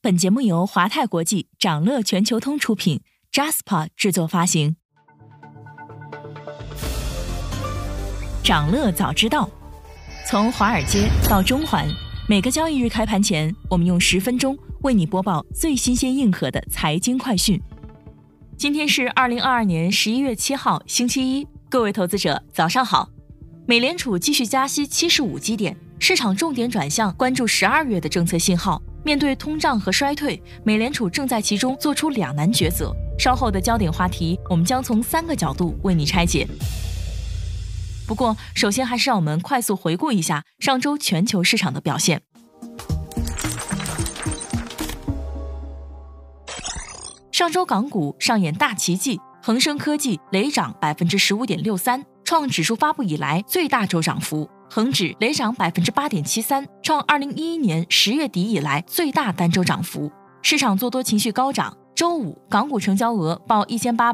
本节目由华泰国际、掌乐全球通出品 ，Jaspa 制作发行。掌乐早知道，从华尔街到中环，每个交易日开盘前，我们用10分钟为你播报最新鲜硬核的财经快讯。今天是2022年11月7号，星期一，各位投资者早上好。美联储继续加息75基点，市场重点转向关注12月的政策信号。面对通胀和衰退，美联储正在其中做出两难抉择。稍后的焦点话题，我们将从3个角度为你拆解。不过，首先还是让我们快速回顾一下上周全球市场的表现。上周港股上演大奇迹，恒生科技累涨 15.63%， 创指数发布以来最大周涨幅。恒指累涨 8.73%， 创2011年10月底以来最大单周涨幅。市场做多情绪高涨，周五港股成交额报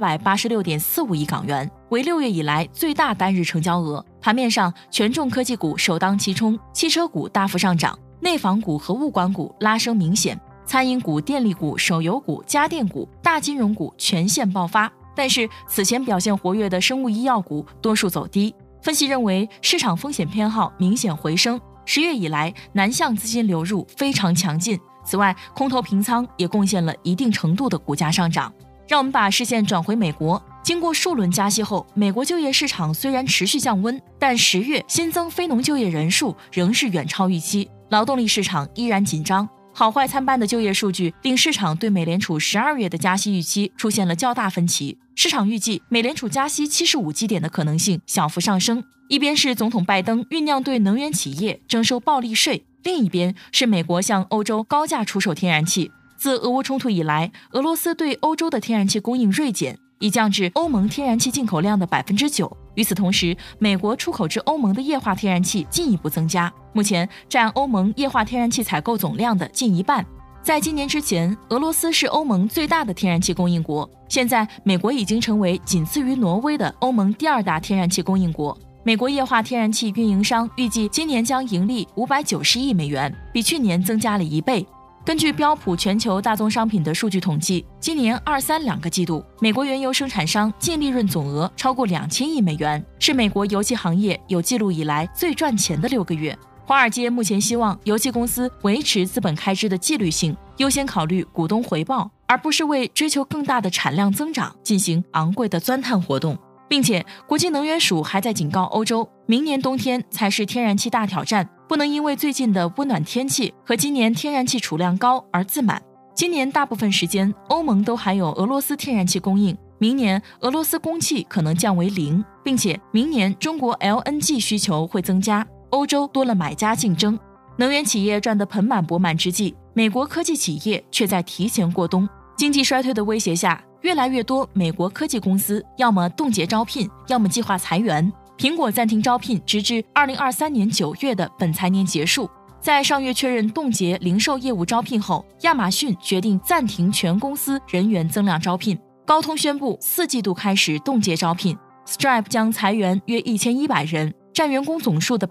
1886.45 亿港元，为6月以来最大单日成交额。盘面上，权重科技股首当其冲，汽车股大幅上涨，内房股和物管股拉升明显，餐饮股、电力股、手游股、家电股、大金融股全线爆发。但是此前表现活跃的生物医药股多数走低。分析认为，市场风险偏好明显回升，10月以来南向资金流入非常强劲。此外，空头平仓也贡献了一定程度的股价上涨。让我们把视线转回美国，经过数轮加息后，美国就业市场虽然持续降温，但10月新增非农就业人数仍是远超预期，劳动力市场依然紧张。好坏参半的就业数据令市场对美联储12月的加息预期出现了较大分歧。市场预计美联储加息75基点的可能性小幅上升，一边是总统拜登酝酿对能源企业征收暴利税，另一边是美国向欧洲高价出售天然气。自俄乌冲突以来，俄罗斯对欧洲的天然气供应锐减，已降至欧盟天然气进口量的 9%。与此同时，美国出口至欧盟的液化天然气进一步增加，目前占欧盟液化天然气采购总量的近一半。在今年之前，俄罗斯是欧盟最大的天然气供应国，现在美国已经成为仅次于挪威的欧盟第2大天然气供应国。美国液化天然气运营商预计今年将盈利590亿美元，比去年增加了1倍。根据标普全球大宗商品的数据统计，今年2、3两个季度，美国原油生产商净利润总额超过2000亿美元，是美国油气行业有记录以来最赚钱的6个月。华尔街目前希望油气公司维持资本开支的纪律性，优先考虑股东回报，而不是为追求更大的产量增长进行昂贵的钻探活动。并且国际能源署还在警告欧洲，明年冬天才是天然气大挑战，不能因为最近的温暖天气和今年天然气储量高而自满。今年大部分时间，欧盟都还有俄罗斯天然气供应，明年俄罗斯供气可能降为0，并且明年中国 LNG 需求会增加，欧洲多了买家竞争。能源企业赚得盆满钵满之际，美国科技企业却在提前过冬。经济衰退的威胁下，越来越多美国科技公司要么冻结招聘，要么计划裁员。苹果暂停招聘直至2023年9月的本财年结束。在上月确认冻结零售业务招聘后，亚马逊决定暂停全公司人员增量招聘。高通宣布4季度开始冻结招聘。Stripe 将裁员约1100人，占员工总数的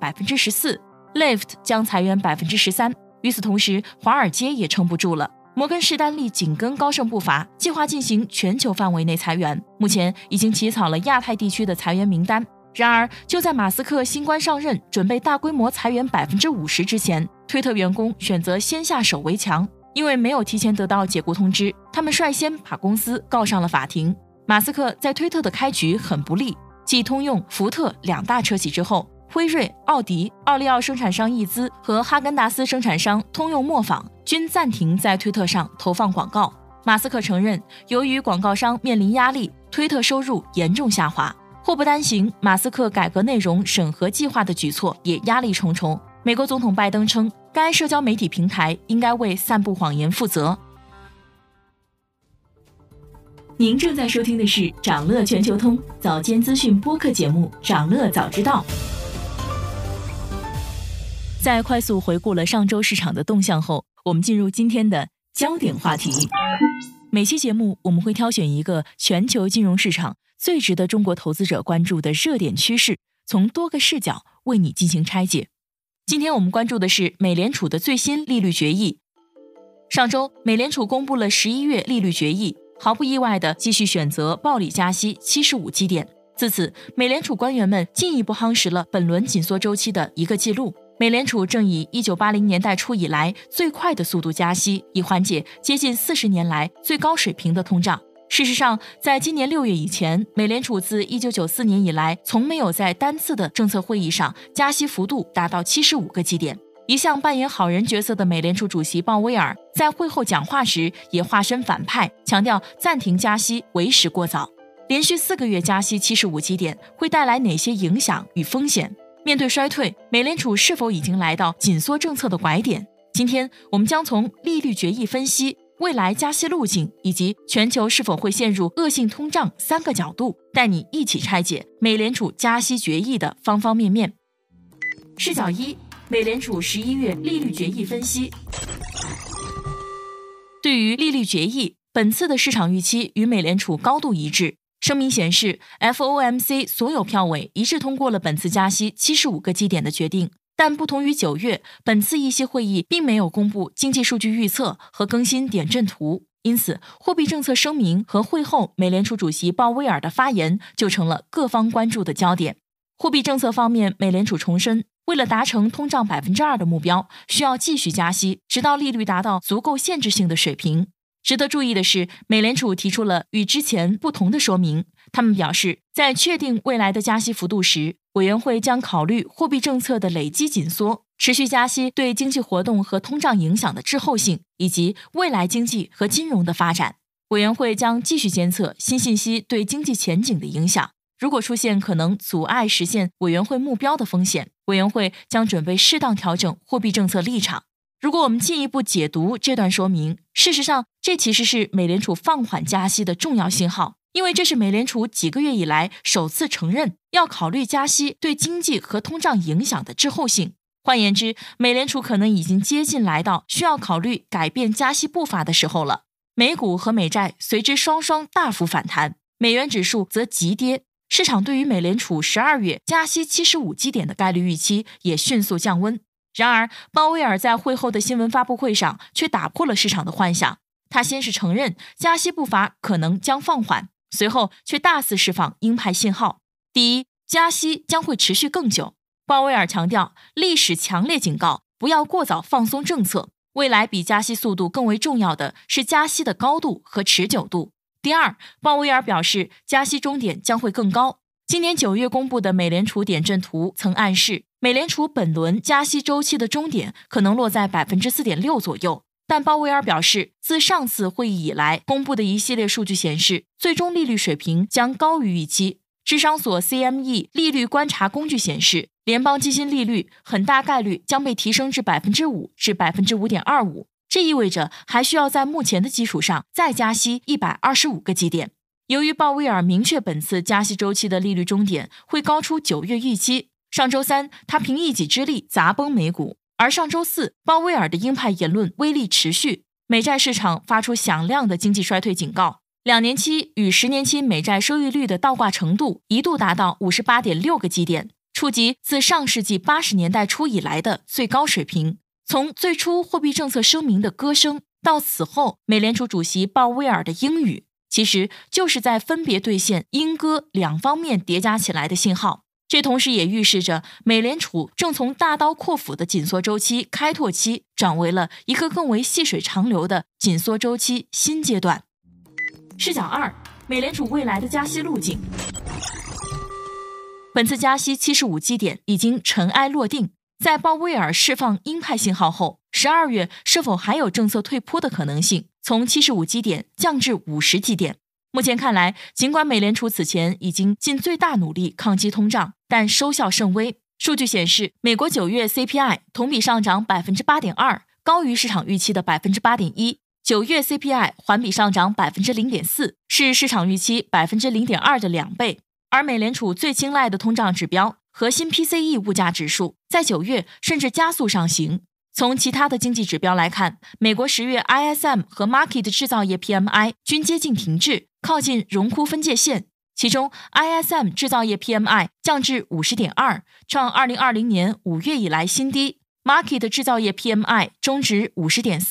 14%。Lyft 将裁员 13%。与此同时，华尔街也撑不住了。摩根士丹利紧跟高盛步伐，计划进行全球范围内裁员，目前已经起草了亚太地区的裁员名单。然而，就在马斯克新官上任，准备大规模裁员 50% 之前，推特员工选择先下手为强，因为没有提前得到解雇通知，他们率先把公司告上了法庭。马斯克在推特的开局很不利，继通用、福特2大车企之后，辉瑞、奥迪、奥利奥生产商易兹和哈根达斯生产商通用磨坊均暂停在推特上投放广告。马斯克承认，由于广告商面临压力，推特收入严重下滑。祸不单行，马斯克改革内容审核计划的举措也压力重重。美国总统拜登称，该社交媒体平台应该为散布谎言负责。您正在收听的是掌乐全球通早间资讯播客节目《掌乐早知道》。在快速回顾了上周市场的动向后，我们进入今天的焦点话题。每期节目我们会挑选一个全球金融市场最值得中国投资者关注的热点趋势，从多个视角为你进行拆解。今天我们关注的是美联储的最新利率决议。 上周，美联储公布了11月利率决议，毫不意外地继续选择暴力加息75基点。自此，美联储官员们进一步夯实了本轮紧缩周期的一个记录。美联储正以1980年代初以来最快的速度加息，以缓解接近40年来最高水平的通胀。事实上，在今年6月以前，美联储自1994年以来从没有在单次的政策会议上加息幅度达到75个基点。一向扮演好人角色的美联储主席鲍威尔在会后讲话时也化身反派，强调暂停加息为时过早。连续4个月加息75基点会带来哪些影响与风险？面对衰退，美联储是否已经来到紧缩政策的拐点？今天我们将从利率决议分析、未来加息路径以及全球是否会陷入恶性通胀3个角度，带你一起拆解美联储加息决议的方方面面。视角1：美联储11月利率决议分析。对于利率决议，本次的市场预期与美联储高度一致。声明显示 ，FOMC 所有票委一致通过了本次加息75个基点的决定。但不同于9月，本次议息会议并没有公布经济数据预测和更新点阵图，因此货币政策声明和会后美联储主席鲍威尔的发言就成了各方关注的焦点。货币政策方面，美联储重申，为了达成通胀2%的目标，需要继续加息，直到利率达到足够限制性的水平。值得注意的是，美联储提出了与之前不同的说明。他们表示，在确定未来的加息幅度时，委员会将考虑货币政策的累积紧缩、持续加息对经济活动和通胀影响的滞后性，以及未来经济和金融的发展。委员会将继续监测新信息对经济前景的影响。如果出现可能阻碍实现委员会目标的风险，委员会将准备适当调整货币政策立场。如果我们进一步解读这段说明，事实上，这其实是美联储放缓加息的重要信号，因为这是美联储几个月以来首次承认要考虑加息对经济和通胀影响的滞后性。换言之，美联储可能已经接近来到需要考虑改变加息步伐的时候了。美股和美债随之双双大幅反弹，美元指数则急跌。市场对于美联储12月加息75基点的概率预期也迅速降温。然而，鲍威尔在会后的新闻发布会上却打破了市场的幻想。他先是承认加息步伐可能将放缓，随后却大肆释放鹰派信号。第一，加息将会持续更久。鲍威尔强调，历史强烈警告，不要过早放松政策。未来比加息速度更为重要的是加息的高度和持久度。第二，鲍威尔表示，加息终点将会更高。今年9月公布的美联储点阵图曾暗示，美联储本轮加息周期的终点可能落在 4.6% 左右。但鲍威尔表示，自上次会议以来公布的一系列数据显示，最终利率水平将高于预期。智商所 CME 利率观察工具显示，联邦基金利率很大概率将被提升至 5% 至 5.25%， 这意味着还需要在目前的基础上再加息125个基点。由于鲍威尔明确本次加息周期的利率终点会高出9月预期，上周三他凭一己之力砸崩美股，而上周四鲍威尔的鹰派言论威力持续，美债市场发出响亮的经济衰退警告。2年期与10年期美债收益率的倒挂程度一度达到 58.6 个基点，触及自上世纪80年代初以来的最高水平。从最初货币政策声明的歌声到此后美联储主席鲍威尔的鹰语，其实就是在分别兑现鹰鸽两方面叠加起来的信号。这同时也预示着美联储正从大刀阔斧的紧缩周期开拓期转为了一个更为细水长流的紧缩周期新阶段。视角2：美联储未来的加息路径。本次加息75基点已经尘埃落定，在鲍威尔释放鹰派信号后，12月是否还有政策退坡的可能性从75基点降至50基点。目前看来，尽管美联储此前已经尽最大努力抗击通胀，但收效甚微。数据显示，美国9月 CPI 同比上涨 8.2%， 高于市场预期的 8.1%。9月 CPI 环比上涨 0.4%， 是市场预期 0.2% 的2倍。而美联储最青睐的通胀指标核心 PCE 物价指数在9月甚至加速上行。从其他的经济指标来看，美国10月 ISM 和 Markit 制造业 PMI 均接近停滞，靠近荣枯分界线。其中 ISM 制造业 PMI 降至 50.2， 创2020年5月以来新低。Markit 制造业 PMI 终值 50.4，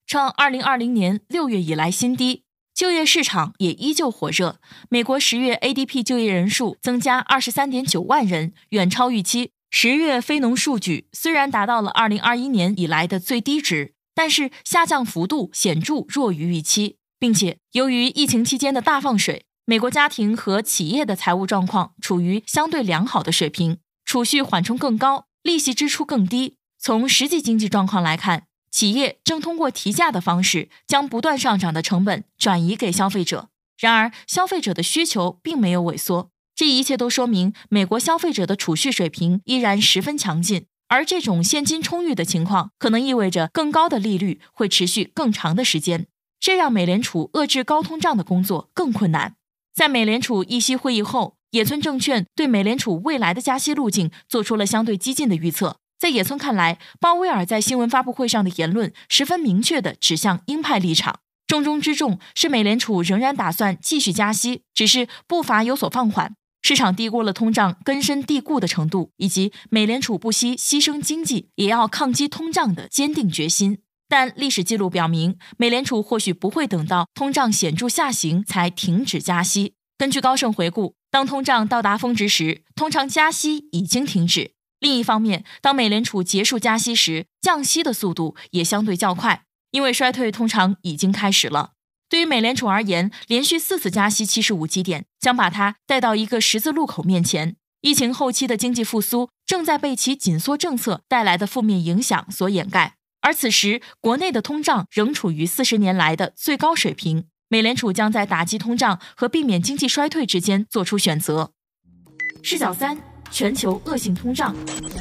创2020年6月以来新低。就业市场也依旧火热，美国10月 ADP 就业人数增加23.9万人，远超预期。10月非农数据虽然达到了2021年以来的最低值，但是下降幅度显著弱于预期，并且由于疫情期间的大放水，美国家庭和企业的财务状况处于相对良好的水平，储蓄缓冲更高，利息支出更低。从实际经济状况来看，企业正通过提价的方式将不断上涨的成本转移给消费者。然而，消费者的需求并没有萎缩，这一切都说明美国消费者的储蓄水平依然十分强劲，而这种现金充裕的情况可能意味着更高的利率会持续更长的时间，这让美联储遏制高通胀的工作更困难。在美联储议息会议后，野村证券对美联储未来的加息路径做出了相对激进的预测。在野村看来，鲍威尔在新闻发布会上的言论十分明确地指向鹰派立场，重中之重是美联储仍然打算继续加息，只是步伐有所放缓。市场低估了通胀根深蒂固的程度，以及美联储不惜牺牲经济也要抗击通胀的坚定决心。但历史记录表明，美联储或许不会等到通胀显著下行才停止加息。根据高盛回顾，当通胀到达峰值时，通常加息已经停止。另一方面，当美联储结束加息时，降息的速度也相对较快，因为衰退通常已经开始了。对于美联储而言，连续4次加息75基点，将把它带到一个十字路口面前。疫情后期的经济复苏正在被其紧缩政策带来的负面影响所掩盖，而此时国内的通胀仍处于40年来的最高水平。美联储将在打击通胀和避免经济衰退之间做出选择。视角3：全球恶性通胀。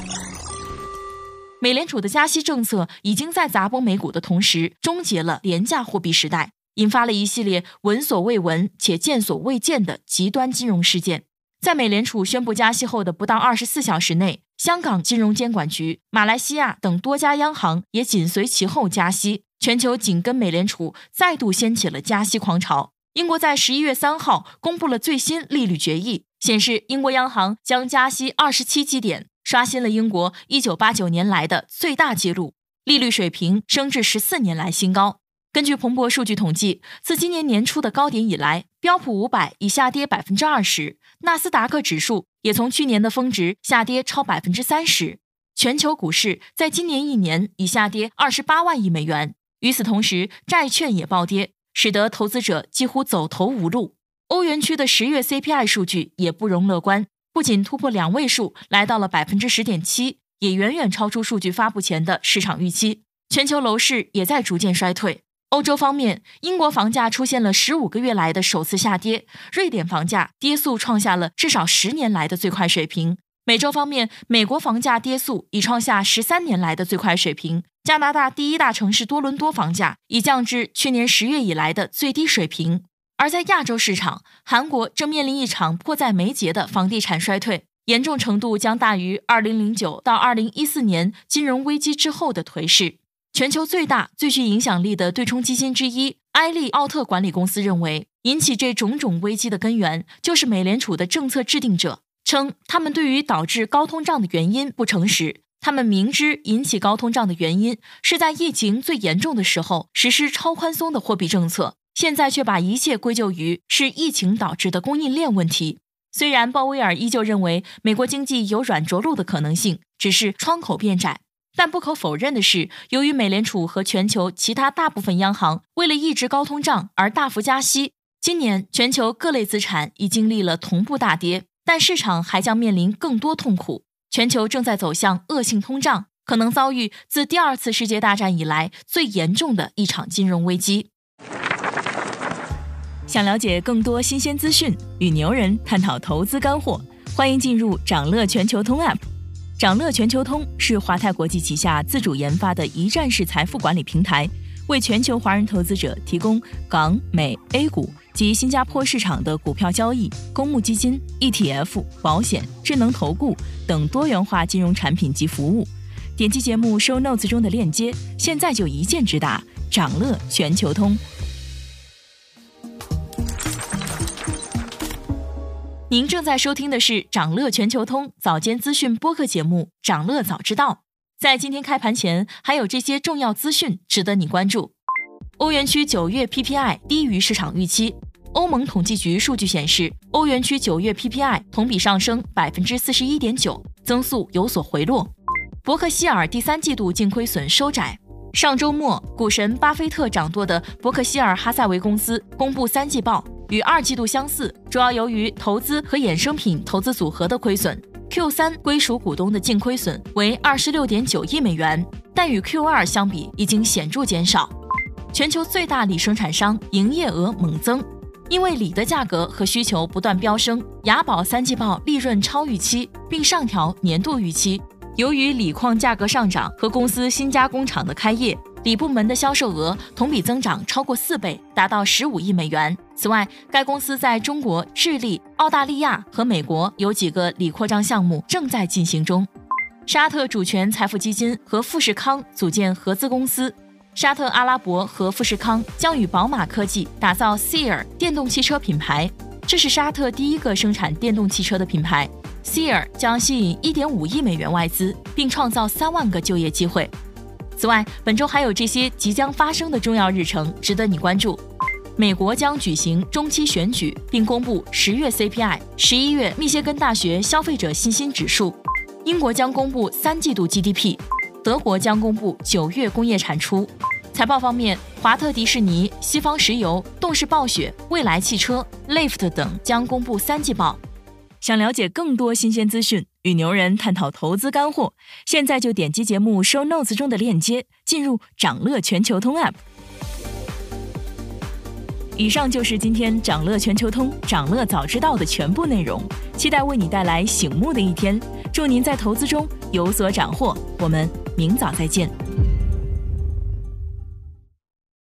美联储的加息政策已经在砸崩美股的同时，终结了廉价货币时代，引发了一系列闻所未闻且见所未见的极端金融事件。在美联储宣布加息后的不到24小时内，香港金融监管局、马来西亚等多家央行也紧随其后加息，全球紧跟美联储再度掀起了加息狂潮。英国在11月3号公布了最新利率决议，显示英国央行将加息27基点，刷新了英国1989年来的最大纪录，利率水平升至14年来新高。根据彭博数据统计，自今年年初的高点以来，标普500已下跌 20%， 纳斯达克指数也从去年的峰值下跌超 30%。 全球股市在今年1年已下跌28万亿美元。与此同时，债券也暴跌，使得投资者几乎走投无路。欧元区的10月 CPI 数据也不容乐观，不仅突破2位数，来到了 10.7%， 也远远超出数据发布前的市场预期。全球楼市也在逐渐衰退。欧洲方面，英国房价出现了15个月来的首次下跌，瑞典房价跌速创下了至少10年来的最快水平。美洲方面，美国房价跌速已创下13年来的最快水平。加拿大第一大城市多伦多房价已降至去年10月以来的最低水平。而在亚洲市场，韩国正面临一场迫在眉睫的房地产衰退，严重程度将大于2009到2014年金融危机之后的颓势。全球最大、最具影响力的对冲基金之一埃利奥特管理公司认为，引起这种种危机的根源就是美联储的政策制定者，称他们对于导致高通胀的原因不诚实。他们明知引起高通胀的原因是在疫情最严重的时候实施超宽松的货币政策，现在却把一切归咎于是疫情导致的供应链问题。虽然鲍威尔依旧认为美国经济有软着陆的可能性，只是窗口变窄，但不可否认的是，由于美联储和全球其他大部分央行为了抑制高通胀而大幅加息，今年全球各类资产已经历了同步大跌，但市场还将面临更多痛苦。全球正在走向恶性通胀，可能遭遇自第2次世界大战以来最严重的一场金融危机。想了解更多新鲜资讯，与牛人探讨投资干货，欢迎进入掌乐全球通 App。掌乐全球通是华泰国际旗下自主研发的一站式财富管理平台，为全球华人投资者提供港、美、A 股及新加坡市场的股票交易、公募基金、ETF、保险、智能投顾等多元化金融产品及服务。点击节目 show notes 中的链接，现在就一键直达掌乐全球通。您正在收听的是掌乐全球通早间资讯播客节目掌乐早知道。在今天开盘前，还有这些重要资讯值得你关注。 欧元区9月 PPI 低于市场预期。欧盟统计局数据显示，欧元区9月 PPI 同比上升 41.9%， 增速有所回落。伯克希尔第3季度净亏损收窄。上周末，股神巴菲特掌舵的伯克希尔哈撒韦公司公布3季报，与2季度相似，主要由于投资和衍生品投资组合的亏损。Q3 归属股东的净亏损为26.9亿美元，但与 Q2 相比已经显著减少。全球最大锂生产商营业额猛增，因为锂的价格和需求不断飙升，雅宝3季报利润超预期，并上调年度预期。由于锂矿价格上涨和公司新加工厂的开业，锂部门的销售额同比增长超过4倍，达到15亿美元。此外，该公司在中国、智利、澳大利亚和美国有几个锂扩张项目正在进行中。沙特主权财富基金和富士康组建合资公司，沙特阿拉伯和富士康将与宝马科技打造 Seer 电动汽车品牌，这是沙特第一个生产电动汽车的品牌。Seer 将吸引 1.5 亿美元外资，并创造3万个就业机会。此外，本周还有这些即将发生的重要日程值得你关注。美国将举行中期选举，并公布10月 CPI、11月密歇根大学消费者信心指数。英国将公布3季度 GDP， 德国将公布9月工业产出。财报方面，华特迪士尼、西方石油、动视暴雪、蔚来汽车、Lyft 等将公布3季报。想了解更多新鲜资讯，与牛人探讨投资干货，现在就点击节目 show notes 中的链接，进入掌乐全球通 App。以上就是今天掌乐全球通掌乐早知道的全部内容，期待为你带来醒目的一天，祝您在投资中有所斩获，我们明早再见。